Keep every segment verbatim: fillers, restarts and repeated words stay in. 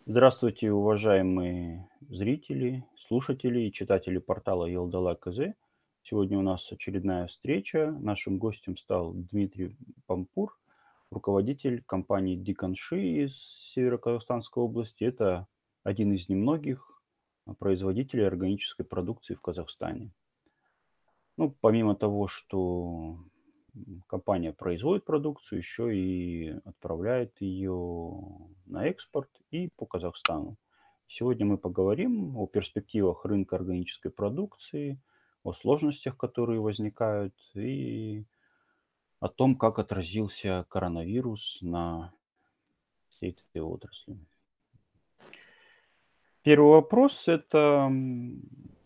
Здравствуйте, уважаемые зрители, слушатели и читатели портала Елдала.кз. Сегодня у нас очередная встреча. Нашим гостем стал Дмитрий Пампур, руководитель компании Диканши из Северо-Казахстанской области. Это один из немногих а, производителей органической продукции в Казахстане. Ну, помимо того, что м, компания производит продукцию, еще и отправляет ее на экспорт и по Казахстану. Сегодня мы поговорим о перспективах рынка органической продукции, о сложностях, которые возникают, и о том, как отразился коронавирус на всей этой отрасли. Первый вопрос– это м,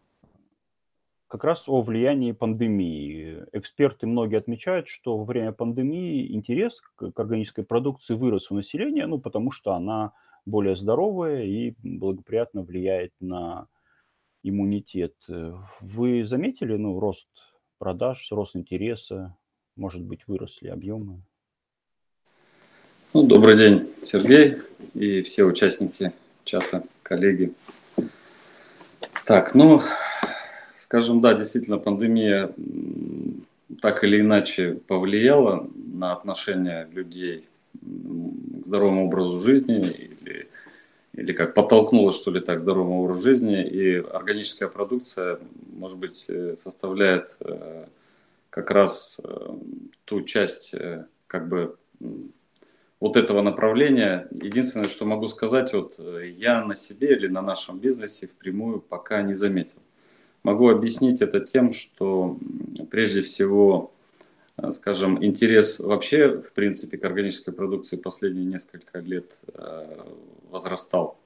как раз о влиянии пандемии. Эксперты многие отмечают, что во время пандемии интерес к к органической продукции вырос у населения, ну, потому что она более здоровая и благоприятно влияет на иммунитет. Э, Вы заметили, ну, рост продаж, рост интереса, может быть, выросли объемы? Ну, добрый день, Сергей и все участники чата, коллеги. Так, ну, скажем, да, действительно, пандемия м, так или иначе повлияла на отношение людей м, к здоровому образу жизни или, или как подтолкнула, что ли, так, к здоровому образу жизни. И органическая продукция, может быть, э, составляет э, как раз э, ту часть, э, как бы, м, вот этого направления. Единственное, что могу сказать, вот э, я на себе или на нашем бизнесе впрямую пока не заметил. Могу объяснить это тем, что м, прежде всего, э, скажем, интерес вообще, в принципе, к органической продукции последние несколько лет э, возрастал.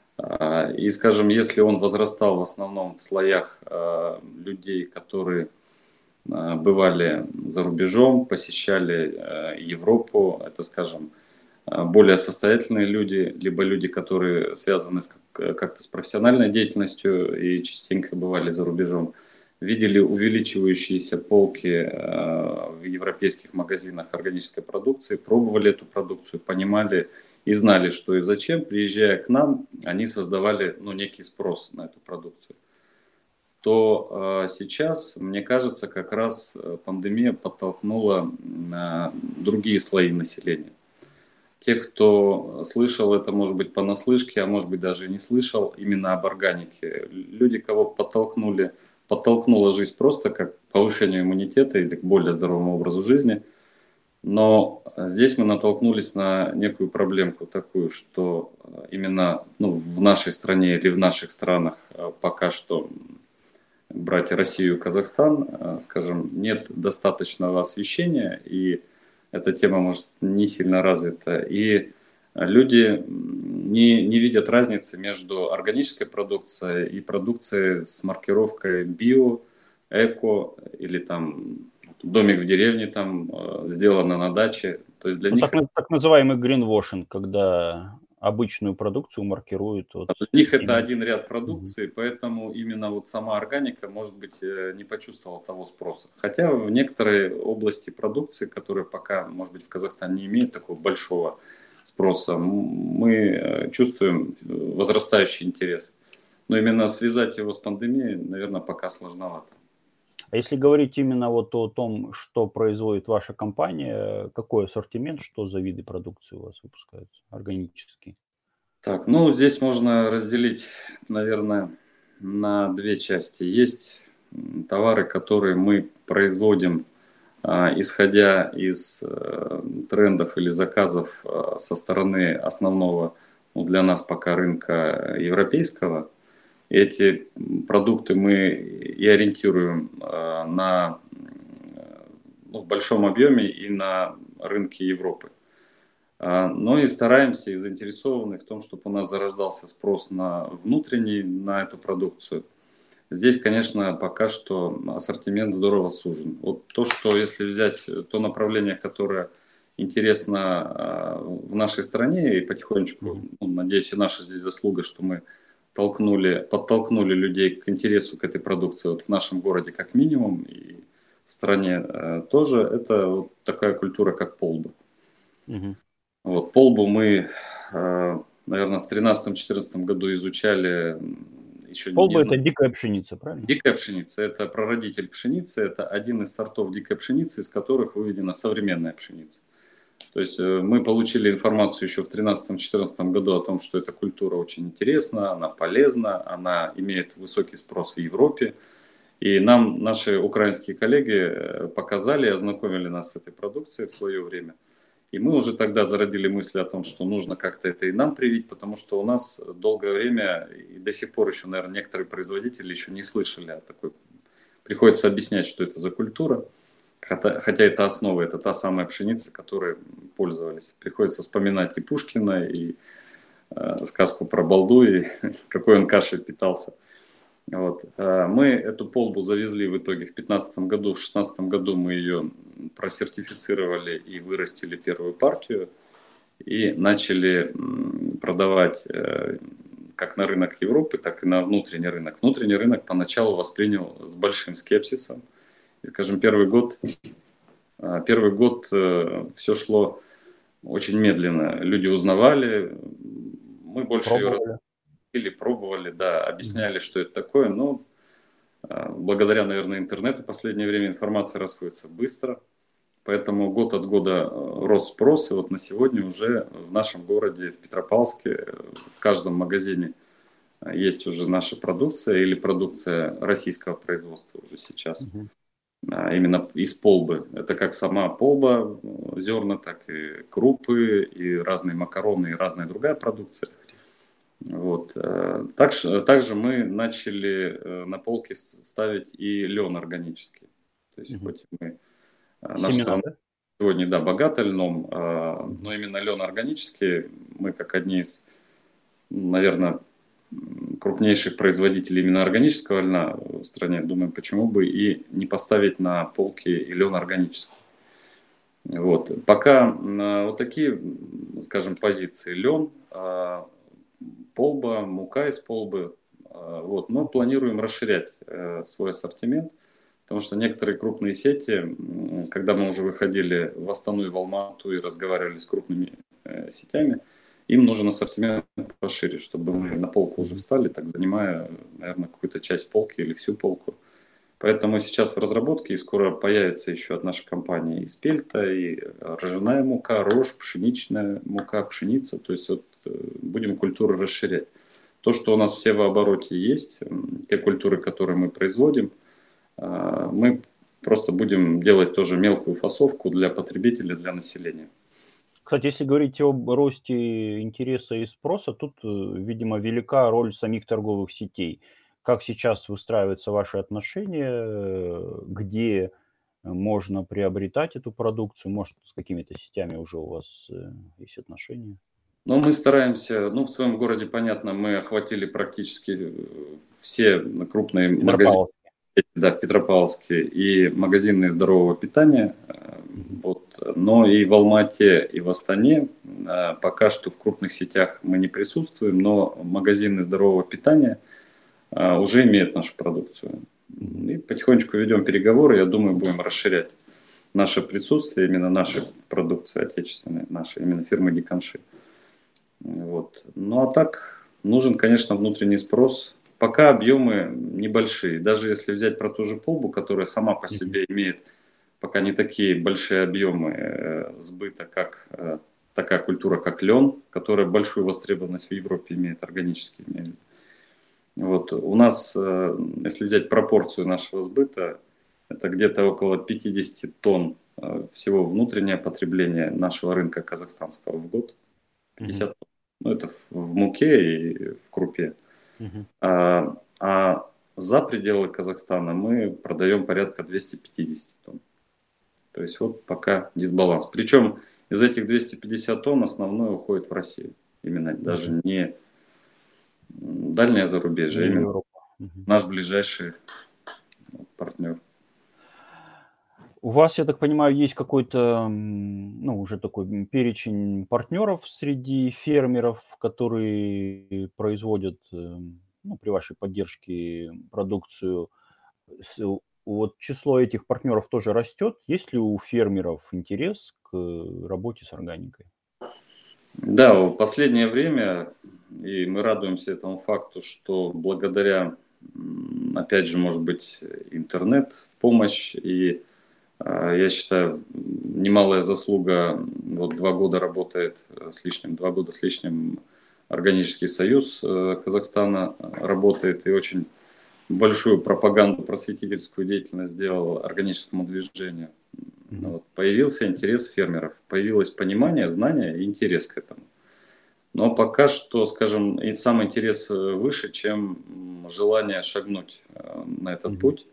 А, И, скажем, если он возрастал в основном в слоях э, людей, которые э, бывали за рубежом, посещали э, Европу, это, скажем, э, более состоятельные люди, либо люди, которые связаны с, как- как-то с профессиональной деятельностью и частенько бывали за рубежом, видели увеличивающиеся полки э, в европейских магазинах органической продукции, пробовали эту продукцию, понимали и знали, что и зачем, приезжая к нам, они создавали, ну, некий спрос на эту продукцию. То э, сейчас, мне кажется, как раз э, пандемия подтолкнула на другие слои населения. Те, кто слышал это, может быть, понаслышке, а может быть, даже и не слышал именно об органике. Люди, кого подтолкнули, подтолкнула жизнь просто как к повышению иммунитета или к более здоровому образу жизни. Но здесь мы натолкнулись на некую проблемку такую, что именно, ну, в нашей стране или в наших странах э, пока что, брать Россию и Казахстан, э, скажем, нет достаточного освещения, и эта тема, может, не сильно развита. И люди не, не видят разницы между органической продукцией и продукцией с маркировкой био, эко или там домик в деревне там э, сделано на даче. То есть для Ну, них так, на- так называемый greenwashing, когда обычную продукцию маркируют вот Для них это именно. один ряд Мгм. продукции, поэтому именно вот сама органика, может быть, э, не почувствовала того спроса. Хотя в некоторые области продукции, которые пока, может быть, в Казахстане не имеют такого большого спроса, м, мы э, чувствуем э, возрастающий интерес. Но именно связать его с пандемией, наверное, пока сложновато. А если говорить именно вот о том, что производит ваша компания, какой ассортимент, что за виды продукции у вас выпускаются органические? Так, ну здесь можно разделить, наверное, на две части. Есть м, товары, которые мы производим, а, исходя из э, трендов или заказов э, со стороны основного, ну, для нас пока рынка европейского. И эти м, продукты мы и ориентируем э, на, м, ну, в большом объеме и на рынке Европы. А, Но и стараемся и заинтересованы в том, чтобы у нас зарождался спрос на внутренний, на эту продукцию. Здесь, конечно, пока что ассортимент здорово сужен. Вот то, что если взять то направление, которое интересно а, в нашей стране, и потихонечку, Мгм. ну, надеюсь, и наша здесь заслуга, что мы толкнули, подтолкнули людей к интересу к этой продукции вот в нашем городе как минимум, и в стране э, тоже, это вот такая культура, как полба. Мгм. Вот, полбу мы э, наверное, в тринадцатом-четырнадцатом году изучали, м, еще не Полба– знаю. это дикая пшеница, правильно? Дикая пшеница– это прародитель пшеницы, это один из сортов дикой пшеницы, из которых выведена современная пшеница. То есть э, мы получили информацию еще в тринадцатом-четырнадцатом году о том, что эта культура очень интересна, она полезна, она имеет высокий спрос в Европе. И нам наши украинские коллеги э, показали и ознакомили нас с этой продукцией в свое время. И мы уже тогда зародили мысли о том, что нужно как-то это и нам привить, потому что у нас долгое время и до сих пор еще, наверное, некоторые производители еще не слышали о такой. Приходится объяснять, что это за культура, хотя, хотя это основа, это та самая пшеница, которой пользовались. Приходится вспоминать и Пушкина, и э, сказку про Балду, и какой он кашей питался. Вот. Мы эту полбу завезли в итоге в две тысячи пятнадцатом году, в две тысячи шестнадцатом году мы ее просертифицировали и вырастили первую партию и начали продавать как на рынок Европы, так и на внутренний рынок. Внутренний рынок поначалу воспринял с большим скепсисом. И, скажем, первый год, первый год все шло очень медленно. Люди узнавали, мы больше ее Пробовали. или пробовали, да, объясняли, mm-hmm. что это такое, но а, благодаря, наверное, интернету в последнее время информация расходится быстро, поэтому год от года рос спрос, и вот на сегодня уже в нашем городе, в Петропавловске, в каждом магазине есть уже наша продукция или продукция российского производства уже сейчас, mm-hmm. а, именно из полбы. Это как сама полба, зерна, так и крупы, и разные макароны, и разная другая продукция. Вот. Также, также мы начали на полки ставить и лен органический. То есть, угу. хоть мы, наша Семена, страна да? сегодня, да, богата льном, но именно лен органический, мы как одни из, наверное, крупнейших производителей именно органического льна в стране, думаю, почему бы и не поставить на полки и лен органический. Вот. Пока вот такие, скажем, позиции: лен, полба, мука из полбы. Вот. Но планируем расширять свой ассортимент, потому что некоторые крупные сети, когда мы уже выходили в Астану и в Алмату и разговаривали с крупными сетями, им нужен ассортимент расширить, чтобы мы на полку уже встали, так занимая, наверное, какую-то часть полки или всю полку. Поэтому сейчас в разработке, и скоро появится еще от нашей компании и спельта, и ржаная мука, рожь, пшеничная мука, пшеница. То есть вот будем культуры расширять. То, что у нас все в обороте есть, те культуры, которые мы производим, мы просто будем делать тоже мелкую фасовку для потребителя, для населения. Кстати, если говорить об росте интереса и спроса, тут, видимо, велика роль самих торговых сетей. Как сейчас выстраиваются ваши отношения, где можно приобретать эту продукцию? Может, с какими-то сетями уже у вас есть отношения? Ну, мы стараемся, ну, в своем городе, понятно, мы охватили практически все крупные магазины, да, в Петропавловске, и магазины здорового питания, mm-hmm. вот, но и в Алмате, и в Астане пока что в крупных сетях мы не присутствуем, но магазины здорового питания уже имеют нашу продукцию. Mm-hmm. И потихонечку ведем переговоры, я думаю, будем расширять наше присутствие, именно нашей продукции отечественной, нашей, именно фирмы Диканши. Вот. Ну а так нужен, конечно, внутренний спрос. Пока объемы небольшие. Даже если взять про ту же полбу, которая сама по себе имеет пока не такие большие объемы э, сбыта, как э, такая культура, как лен, которая большую востребованность в Европе имеет, органически имеет. Вот. У нас, э, если взять пропорцию нашего сбыта, это где-то около пятьдесят тонн э, всего внутреннее потребление нашего рынка казахстанского в год. пятьдесят тонн. Ну, это в, в муке и в крупе. Uh-huh. А, а за пределы Казахстана мы продаем порядка двести пятьдесят тонн. То есть вот пока дисбаланс. Причем из этих двухсот пятидесяти тонн основное уходит в Россию. Именно uh-huh. даже не дальнее зарубежье, а именно Европа. Uh-huh. Наш ближайший партнер. У вас, я так понимаю, есть какой-то, ну, уже такой перечень партнеров среди фермеров, которые производят, ну, при вашей поддержке продукцию. Вот число этих партнеров тоже растет. Есть ли у фермеров интерес к работе с органикой? Да, в последнее время, и мы радуемся этому факту, что благодаря, м, опять же, может быть, интернет в помощь, и а, я считаю, немалая заслуга, вот два года работает э, с лишним, два года с лишним Органический союз э, Казахстана работает, и очень большую пропаганду, просветительскую деятельность сделал органическому движению. Мгм. Вот, появился интерес фермеров, появилось понимание, знание и интерес к этому. Но пока что, скажем, и сам интерес э, выше, чем м, желание шагнуть э, на этот Мгм. путь.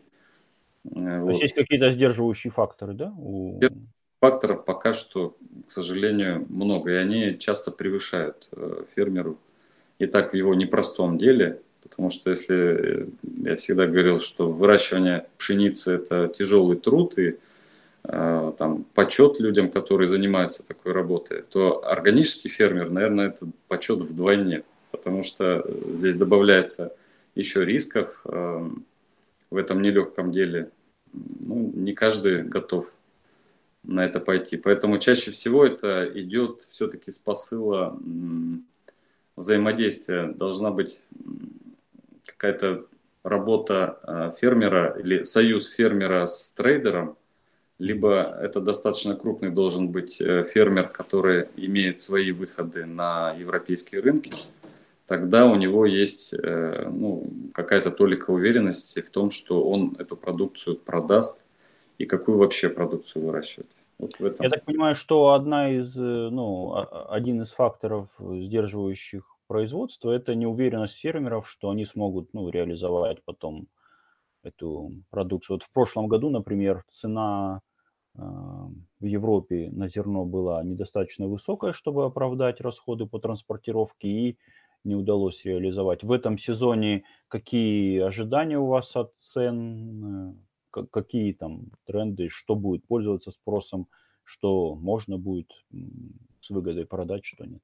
Э, То есть есть Вот. какие-то сдерживающие факторы, да? У... Факторов пока что, к сожалению, много, и они часто превышают э, фермеру и так в его непростом деле, потому что если э, я всегда говорил, что выращивание пшеницы – это тяжелый труд и э, там почет людям, которые занимаются такой работой, то органический фермер, наверное, это почет вдвойне, потому что здесь добавляется еще рисков э, в этом нелегком деле. Ну, не каждый готов на это пойти. Поэтому чаще всего это идет все-таки с посыла м, взаимодействия. Должна быть м, какая-то работа э, фермера или союз фермера с трейдером, Мгм. либо это достаточно крупный должен быть э, фермер, который имеет свои выходы на европейские рынки. Тогда у него есть э, ну, какая-то толика уверенности в том, что он эту продукцию продаст и какую вообще продукцию выращивать. Вот в Я этом. так понимаю, что одна из, э, ну, а а один из факторов, э, сдерживающих производство — это неуверенность фермеров, что они смогут, ну, реализовать потом эту продукцию. Вот в прошлом году, например, цена, а, в Европе на зерно была недостаточно высокая, чтобы оправдать расходы по транспортировке, и не удалось реализовать. В этом сезоне какие ожидания у вас от цен? Э, ка какие там тренды? Что будет пользоваться спросом? Что можно будет, м, с выгодой продать, что нет?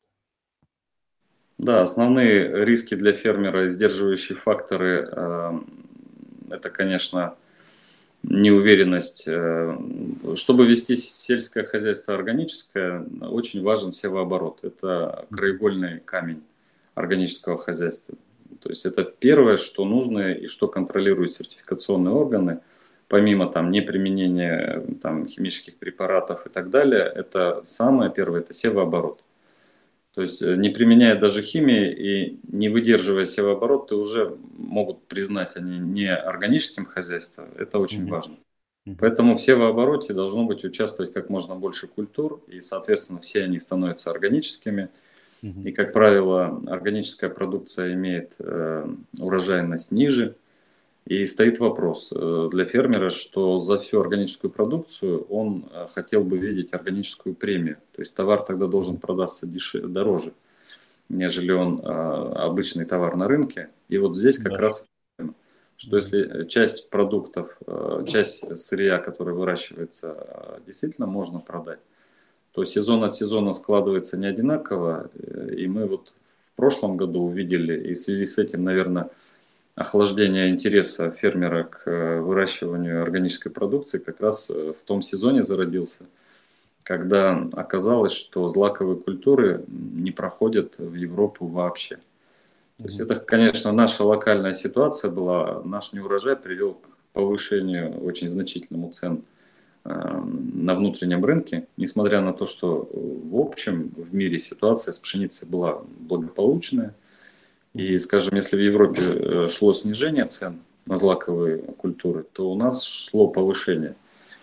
Да, основные риски для фермера и сдерживающие факторы, эм, это, конечно, неуверенность. э, Чтобы вести сельское хозяйство органическое, очень важен севооборот. Это Мгм. краеугольный камень органического хозяйства. То есть это первое, что нужно и что контролируют сертификационные органы, помимо там неприменения там, химических препаратов и так далее, это самое первое, это севооборот. То есть, э, не применяя даже химии и не выдерживая севооборот, ты уже могут признать они не органическим хозяйством. Это очень Мгм. важно. Мгм. Поэтому в севообороте должно быть участвовать как можно больше культур, и, соответственно, все они становятся органическими. Мгм. И, как правило, органическая продукция имеет э, урожайность ниже. И стоит вопрос э, для фермера, что за всю органическую продукцию он э, хотел бы видеть органическую премию. То есть товар тогда должен Мгм. продаться дешевле, дороже, нежели он э, обычный товар на рынке. И вот здесь как Да. раз, что Мгм. если часть продуктов, э, часть сырья, которая выращивается, э, действительно можно продать, то сезон от сезона складывается не одинаково. э, И мы вот в прошлом году увидели, и в связи с этим, наверное, охлаждение интереса фермера к э, выращиванию органической продукции как раз э, в том сезоне зародился, когда оказалось, что злаковые культуры не проходят в Европу вообще. То есть Мгм. это, конечно, наша локальная ситуация была. Наш неурожай привел к повышению очень значительному цен э, на внутреннем рынке, несмотря на то, что э, в общем в мире ситуация с пшеницей была благополучная. И, Мгм. скажем, если в Европе э, шло снижение цен на злаковые культуры, то у нас шло повышение.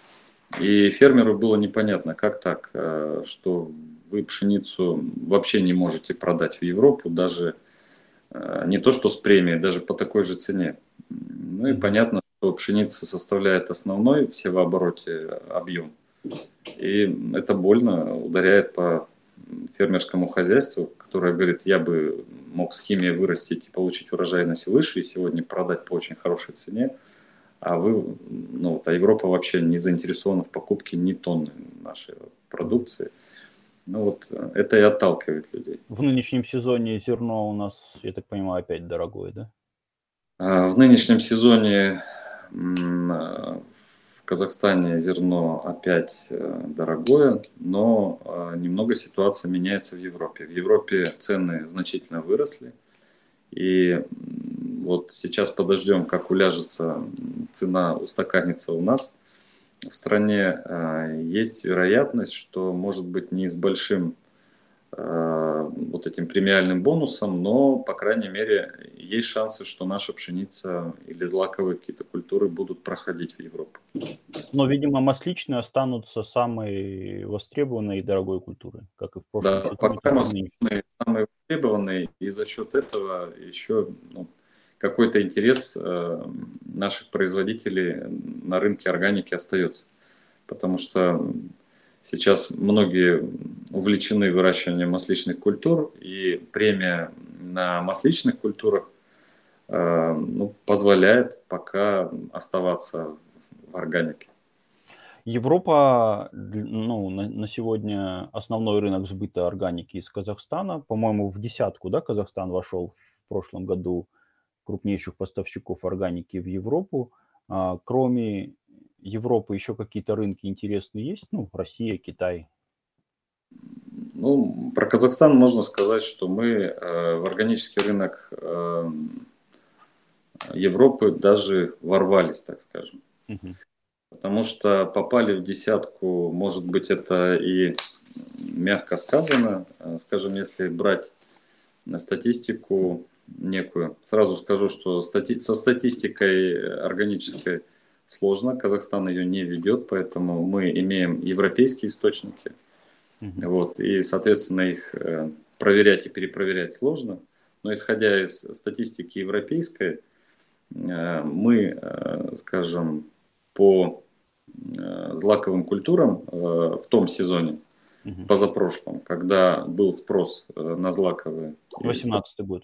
И фермеру было непонятно, как так, э, что вы пшеницу вообще не можете продать в Европу, даже э, не то что с премией, даже по такой же цене. Ну и Мгм. понятно, что пшеница составляет основной в севообороте объем. И это больно ударяет по фермерскому хозяйству, которое говорит, я бы мог с химией вырастить и получить урожайность выше, и сегодня продать по очень хорошей цене, а вы, ну вот, а Европа вообще не заинтересована в покупке ни тонны нашей Мгм. продукции. Ну вот э, это и отталкивает людей. В нынешнем сезоне зерно у нас, я так понимаю, опять дорогое, да? А в нынешнем сезоне, м, а, Казахстане зерно опять э, дорогое, но э, немного ситуация меняется в Европе. В Европе цены значительно выросли. И м, вот сейчас подождем, как уляжется цена, устаканится у нас. В стране э, есть вероятность, что, может быть, не с большим э, вот этим премиальным бонусом, но, по крайней мере, есть шансы, что наша пшеница или злаковые какие-то культуры будут проходить в Европу. Но, видимо, масличные останутся самой востребованной и дорогой культурой, как и в прошлом Да, сезоне, пока так и в нынешнем. масличные самые востребованные, и за счет этого еще ну, какой-то интерес э, наших производителей на рынке органики остается. Потому что сейчас многие увлечены выращиванием масличных культур, и премия на масличных культурах э, ну, позволяет пока оставаться в органике. Европа, дл- ну, на, на сегодня основной рынок сбыта органики из Казахстана. По-моему, в десятку, да, Казахстан вошел в прошлом году крупнейших поставщиков органики в Европу. А, кроме Европы еще какие-то рынки интересные есть? Ну, Россия, Китай. Ну, про Казахстан можно сказать, что мы э, в органический рынок э, Европы даже ворвались, так скажем. Мгм. Потому что попали в десятку, может быть, это и мягко сказано. Э, Скажем, если брать на статистику некую, сразу скажу, что стати- со статистикой органической сложно. Казахстан ее не ведет, поэтому мы имеем европейские источники. Мгм. Вот, и, соответственно, их э, проверять и перепроверять сложно. Но исходя из статистики европейской, э, мы, э, скажем, по э, злаковым культурам э, в том сезоне, в Мгм. позапрошлом, когда был спрос э, на злаковые, Восемнадцатый год.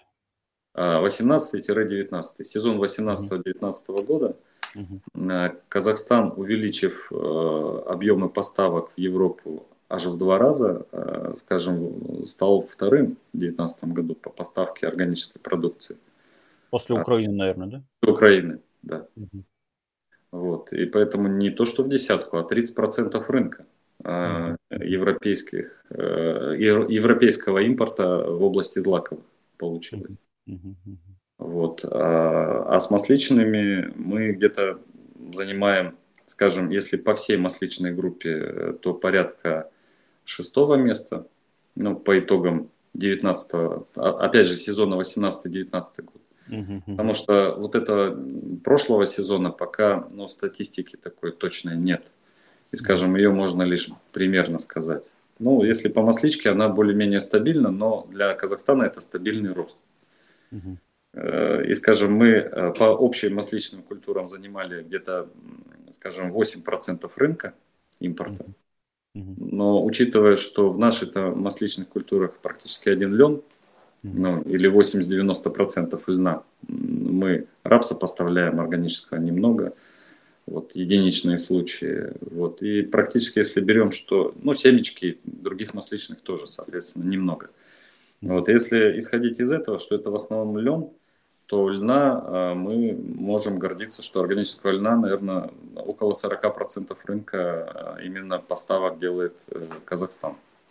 восемнадцатый-девятнадцатый, сезон Мгм. восемнадцатого-девятнадцатого года, Мгм. э, Казахстан, увеличив э, объемы поставок в Европу аж в два раза, э, скажем, стал вторым в две тысячи девятнадцатом году по поставке органической продукции После Украины, наверное, да? Украины. Да. Мгм. Вот. И поэтому не то, что в десятку, а тридцать процентов рынка э, Мгм. Мгм. европейских, э, ев- европейского импорта в области злаковых получилось. Мгм. Мгм. Мгм. Вот. А, а с масличными мы где-то занимаем, скажем, если по всей масличной группе, э, то порядка шестого места, ну, по итогам девятнадцатого, а- опять же, сезона восемнадцатый-девятнадцатый год. Мгм. Потому Мгм. что вот это м, прошлого сезона пока, ну, статистики такой точной нет. И, Мгм. скажем, ее можно лишь примерно сказать. Ну, если по масличке, она более-менее стабильна, но для Казахстана это стабильный рост. Мгм. Э, И, скажем, мы э, по общим масличным культурам занимали где-то, м, скажем, восемь процентов рынка импорта. Мгм. Мгм. Но учитывая, что в наших-то масличных культурах практически один лен, Мгм. ну, или восемьдесят-девяносто процентов льна, м, мы рапса поставляем органического немного, вот, единичные случаи. Вот, и практически, если берем, что, ну, семечки других масличных тоже, соответственно, немного. Мгм. Вот, если исходить из этого, что это в основном лен, то льна э, мы можем гордиться, что органического льна, наверное, около сорок процентов рынка э, именно поставок делает э, Казахстан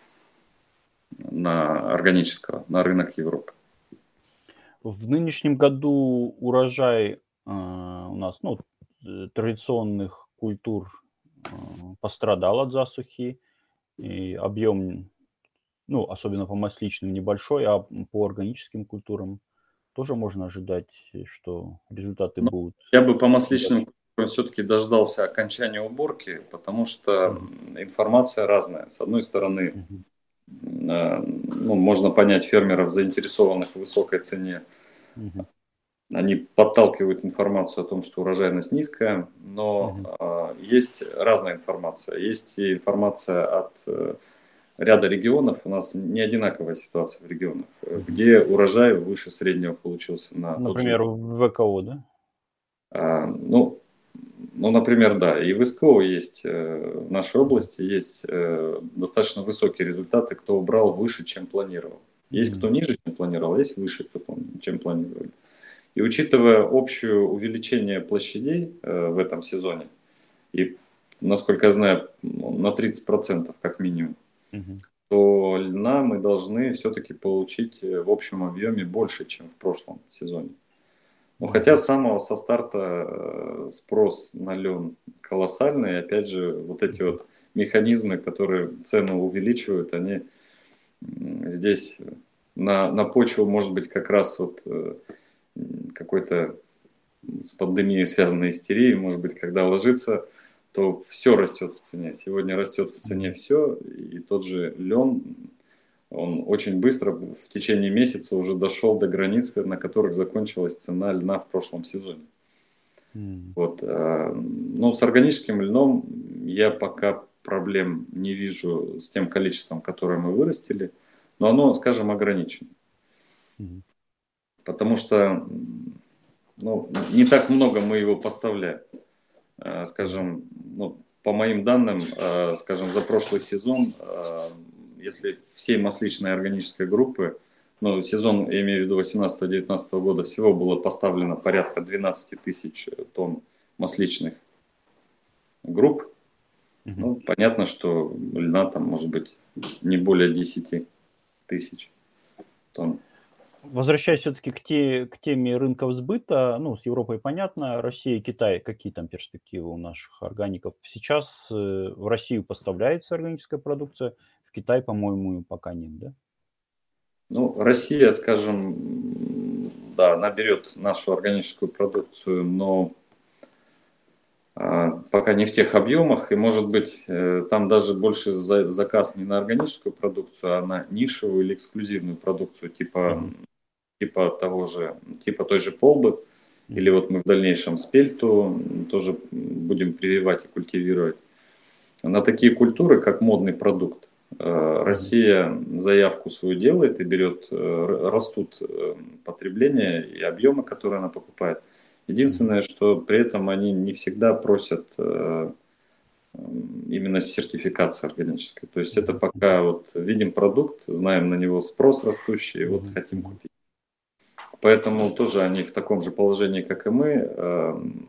на органического, на рынок Европы. В нынешнем году урожай, а, у нас, ну, э, традиционных культур, а, пострадал от засухи, и объем, ну, особенно по масличным, небольшой, а по органическим культурам тоже можно ожидать, э, что результаты Ну, будут я бы по масличным удачны. все-таки дождался окончания уборки, потому что Мгм. м, информация разная. С одной стороны, Мгм. м, э, ну, можно понять фермеров, заинтересованных в высокой цене. Мгм. Они подталкивают информацию о том, что урожайность низкая, но Мгм. э, есть разная информация. Есть и информация от э, ряда регионов, у нас не одинаковая ситуация в регионах, э, Мгм. где урожай выше среднего получился на тот же Например, год. в ВКО, да? А, ну, ну, например, да, и в СКО есть, э, в нашей Мгм. области есть э, достаточно высокие результаты, кто убрал выше, чем планировал. Есть кто М. ниже, чем планировал, а есть выше, кто, плани- чем планировали. И учитывая общее увеличение площадей э, в этом сезоне и насколько я знаю, на тридцать процентов как минимум, Мгм. то льна мы должны все-таки получить э, в общем объеме больше, чем в прошлом сезоне. Ну, хотя Мгм. с самого со старта э, спрос на лен колоссальный, и опять же, вот эти вот механизмы, которые цену увеличивают, они м, здесь на, на почву, может быть, как раз вот э, м, какой-то с пандемией связанной истерии, может быть, когда ложится, то все растет в цене. Сегодня растет в цене Мгм. все, и тот же лен, он очень быстро, в течение месяца уже дошел до границ, на которых закончилась цена льна в прошлом сезоне. М. Вот. э, Ну, с органическим льном я пока проблем не вижу с тем количеством, которое мы вырастили, но оно, скажем, ограничено. Мгм. Потому что м, ну, не так много мы его поставляем. Э, Мгм. Скажем, ну, по моим данным, э, скажем, за прошлый сезон, э, если всей масличной органической группы, ну, сезон, я имею в виду восемнадцатого-девятнадцатого года, всего было поставлено порядка двенадцать тысяч тонн масличных групп. Мгм. Ну, понятно, что льна там может быть не более десяти тысяч тонн. Возвращаясь все-таки к, те, к теме рынков сбыта, ну, с Европой понятно, Россия, Китай, какие там перспективы у наших органиков? Сейчас э, в Россию поставляется органическая продукция, в Китай, по-моему, пока нет, да? Ну, Россия, скажем, м, да, она берет нашу органическую продукцию, но а, пока не в тех объемах, и может быть э, там даже больше за- заказ не на органическую продукцию, а на нишевую или эксклюзивную продукцию, типа, Мгм. типа того же, типа той же полбы, или Мгм. вот мы в дальнейшем спельту тоже будем прививать и культивировать. На такие культуры, как модный продукт, э, Мгм. Россия заявку свою делает и берет, э, р- растут э, потребления и объемы, которые она покупает. Мгм. Единственное, что при этом они не всегда просят э, м, именно сертификации органической. То есть это Мгм. пока вот видим продукт, знаем на него спрос растущий, и вот Мгм. хотим Мгм. купить. Поэтому тоже они в таком же положении, как и мы. Эм,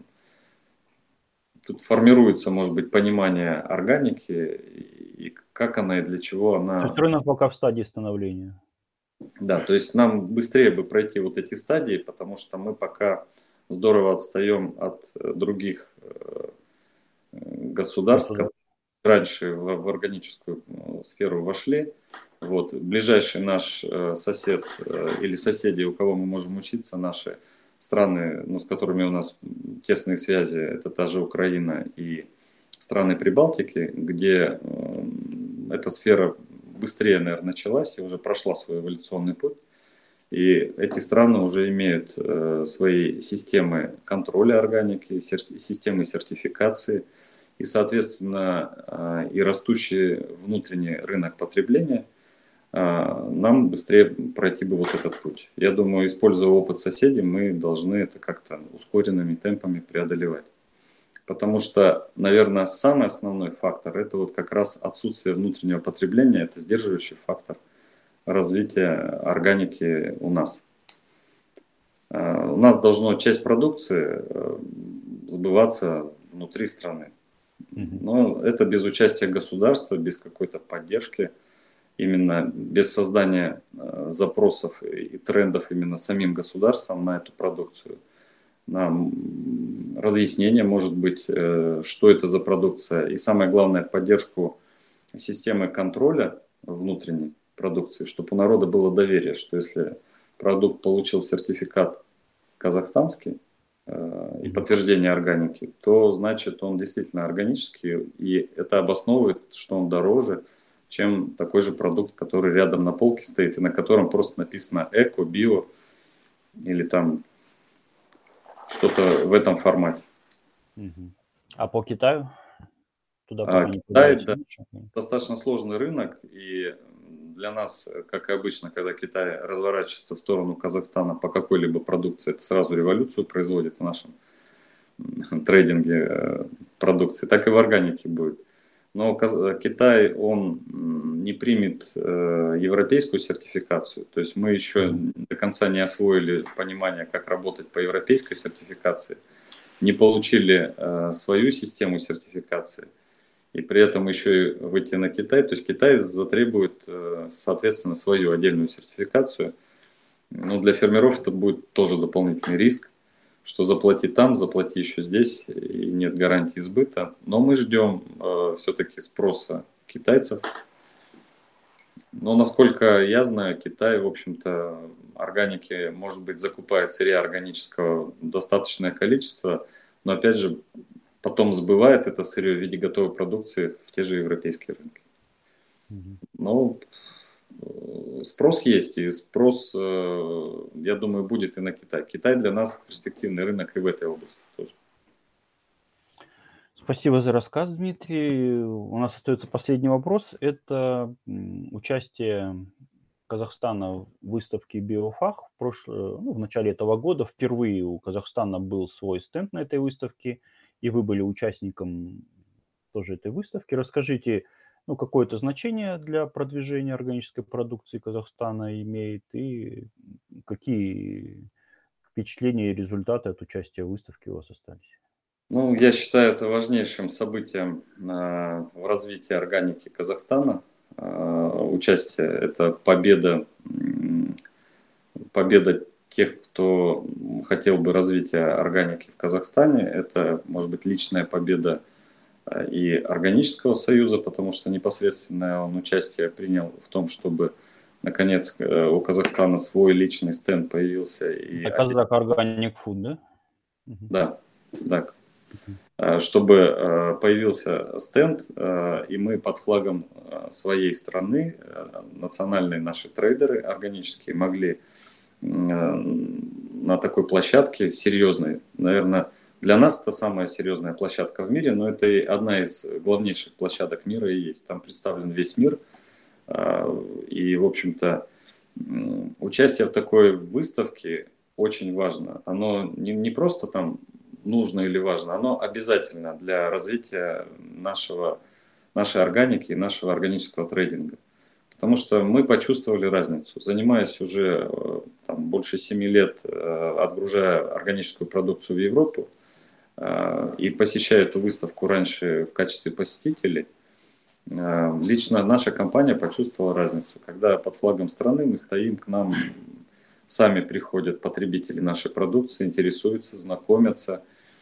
Тут формируется, может быть, понимание органики и как она и для чего То есть она. рынок пока в стадии становления. Да, то есть нам быстрее бы пройти вот эти стадии, потому что мы пока здорово отстаем от э, других э, государств, которые Государств. раньше в, в органическую э, сферу вошли. Вот. Ближайший наш э, сосед э, или соседи, у кого мы можем учиться, наши страны, ну, с которыми у нас тесные связи, это та же Украина и страны Прибалтики, где э, эта сфера быстрее, наверное, началась и уже прошла свой эволюционный путь. И эти страны уже имеют э, свои системы контроля органики, сер- системы сертификации, и, соответственно, э, и растущий внутренний рынок потребления, э, нам быстрее пройти бы вот этот путь. Я думаю, используя опыт соседей, мы должны это как-то ускоренными темпами преодолевать. Потому что, наверное, самый основной фактор – это вот как раз отсутствие внутреннего потребления, это сдерживающий фактор развития органики у нас. Э, У нас должно часть продукции э, сбываться внутри страны. Мгм. Но это без участия государства, без какой-то поддержки, именно без создания э, запросов и трендов именно самим государством на эту продукцию. На м, разъяснение, может быть, э, что это за продукция. И самое главное, поддержку системы контроля внутренней продукции, чтобы у народа было доверие, что если продукт получил сертификат казахстанский э, и Мгм. подтверждение органики, то значит он действительно органический, и это обосновывает, что он дороже, чем такой же продукт, который рядом на полке стоит и на котором просто написано эко, био или там что-то в этом формате. Мгм. А по Китаю? Туда А пока не Китай, продается да, ничего. достаточно сложный рынок, и для нас, как и обычно, когда Китай разворачивается в сторону Казахстана по какой-либо продукции, это сразу революцию производит в нашем трейдинге э, продукции, так и в органике будет. Но Каз- Китай, он м, не примет э, европейскую сертификацию, то есть мы еще Мгм. до конца не освоили понимание, как работать по европейской сертификации, не получили э, свою систему сертификации. и при этом еще и выйти на Китай, то есть Китай затребует, соответственно, свою отдельную сертификацию. Но для фермеров это будет тоже дополнительный риск, что заплати там, заплати еще здесь, и нет гарантии сбыта. Но мы ждем э, все-таки спроса китайцев. Но, насколько я знаю, Китай, в общем-то, органики, может быть, закупает сырья органического достаточное количество, но, опять же, потом сбывает это сырье в виде готовой продукции в те же европейские рынки. Мгм. Но спрос есть, и спрос, я думаю, будет и на Китай. Китай для нас перспективный рынок и в этой области тоже. Спасибо за рассказ, Дмитрий. У нас остается последний вопрос. Это м, участие Казахстана в выставке «Биофах» в, прошло- ну, в начале этого года. Впервые у Казахстана был свой стенд на этой выставке, и вы были участником тоже этой выставки. Расскажите, ну, какое это значение для продвижения органической продукции Казахстана имеет, и какие впечатления и результаты от участия в выставке у вас остались? Ну, я считаю это важнейшим событием а, в развитии органики Казахстана. А, Участие– это победа, м, победа тех, кто хотел бы развития органики в Казахстане. Это, может быть, личная победа а, и Органического союза, потому что непосредственно он участие принял в том, чтобы наконец э, у Казахстана свой личный стенд появился. И Это один, Казак Органик Фуд, да? Мгм. да, да, Мгм. э, чтобы э, появился стенд, э, и мы под флагом э, своей страны, э, национальные наши трейдеры органические, могли э, на такой площадке серьезной, наверное, для нас это самая серьезная площадка в мире, но это и одна из главнейших площадок мира и есть. Там представлен весь мир. э, И, в общем-то, м, участие в такой выставке очень важно. Оно не, не просто там нужно или важно, оно обязательно для развития нашего, нашей органики и нашего органического трейдинга. Потому что мы почувствовали разницу. Занимаясь уже э, там, больше семи лет, э, отгружая органическую продукцию в Европу э, и посещая эту выставку раньше в качестве посетителей, э, лично наша компания почувствовала разницу. Когда под флагом страны мы стоим, к нам сами приходят потребители нашей продукции, интересуются, знакомятся,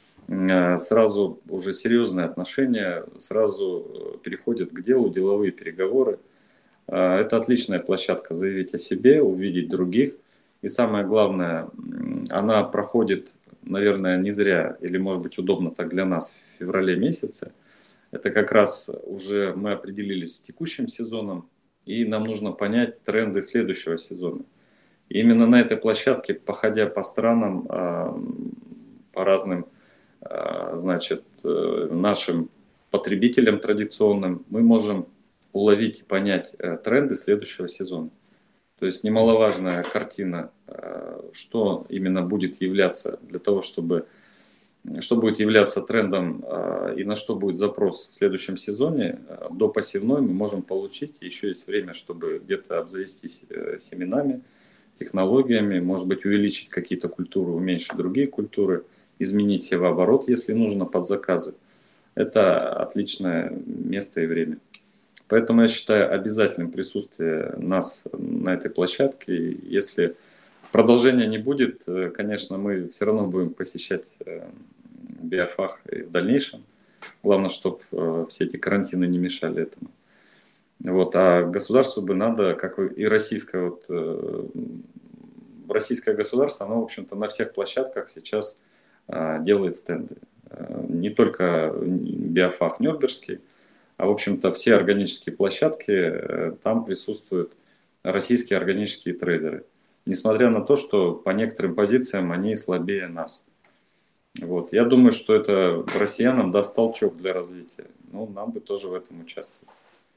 э, сразу уже серьезные отношения, сразу э, переходят к делу, деловые переговоры. Э, Это отличная площадка заявить о себе, увидеть других. И самое главное, м, она проходит, наверное, не зря, или, может быть, удобно так для нас в феврале месяце. Это как раз уже мы определились с текущим сезоном, и нам нужно понять тренды следующего сезона. И именно на этой площадке, походя по странам, а, по разным, а, значит, э, нашим потребителям традиционным, мы можем уловить и понять э, тренды следующего сезона. То есть Мгм. немаловажная картина, э, что именно будет являться для того, чтобы что будет являться трендом э, и на что будет запрос в следующем сезоне. Э, До посевной мы можем получить, еще есть время, чтобы где-то обзавестись э, семенами, технологиями, может быть, увеличить какие-то культуры, уменьшить другие культуры, изменить севооборот, если нужно, под заказы. Это отличное место и время. Поэтому я считаю обязательным присутствие нас на этой площадке. Если продолжения не будет, э, конечно, мы все равно будем посещать э, биофах и в дальнейшем. Главное, чтобы все эти карантины не мешали этому. Вот, а государству бы надо, как и российское, вот, э, российское государство, оно, в общем-то, на всех площадках сейчас а, делает стенды. Э, Не только биофах Нюрнбергский, а, в общем-то, все органические площадки, э, там присутствуют российские органические трейдеры. Несмотря на то, что по некоторым позициям они слабее нас. Вот. Я думаю, что это россиянам даст толчок для развития. Ну, нам бы тоже в этом участвовать.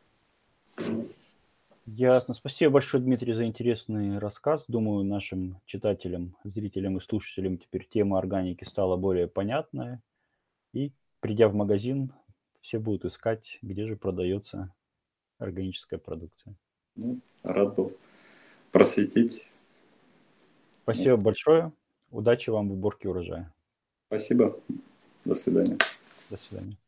Ясно. Спасибо большое, Дмитрий, за интересный рассказ. Думаю, нашим читателям, зрителям и слушателям теперь тема органики стала более понятная. И, придя в магазин, все будут искать, где же продается органическая продукция. Ну, рад был просветить. Вот. Спасибо большое. Удачи вам в уборке урожая. Спасибо. До свидания. До свидания.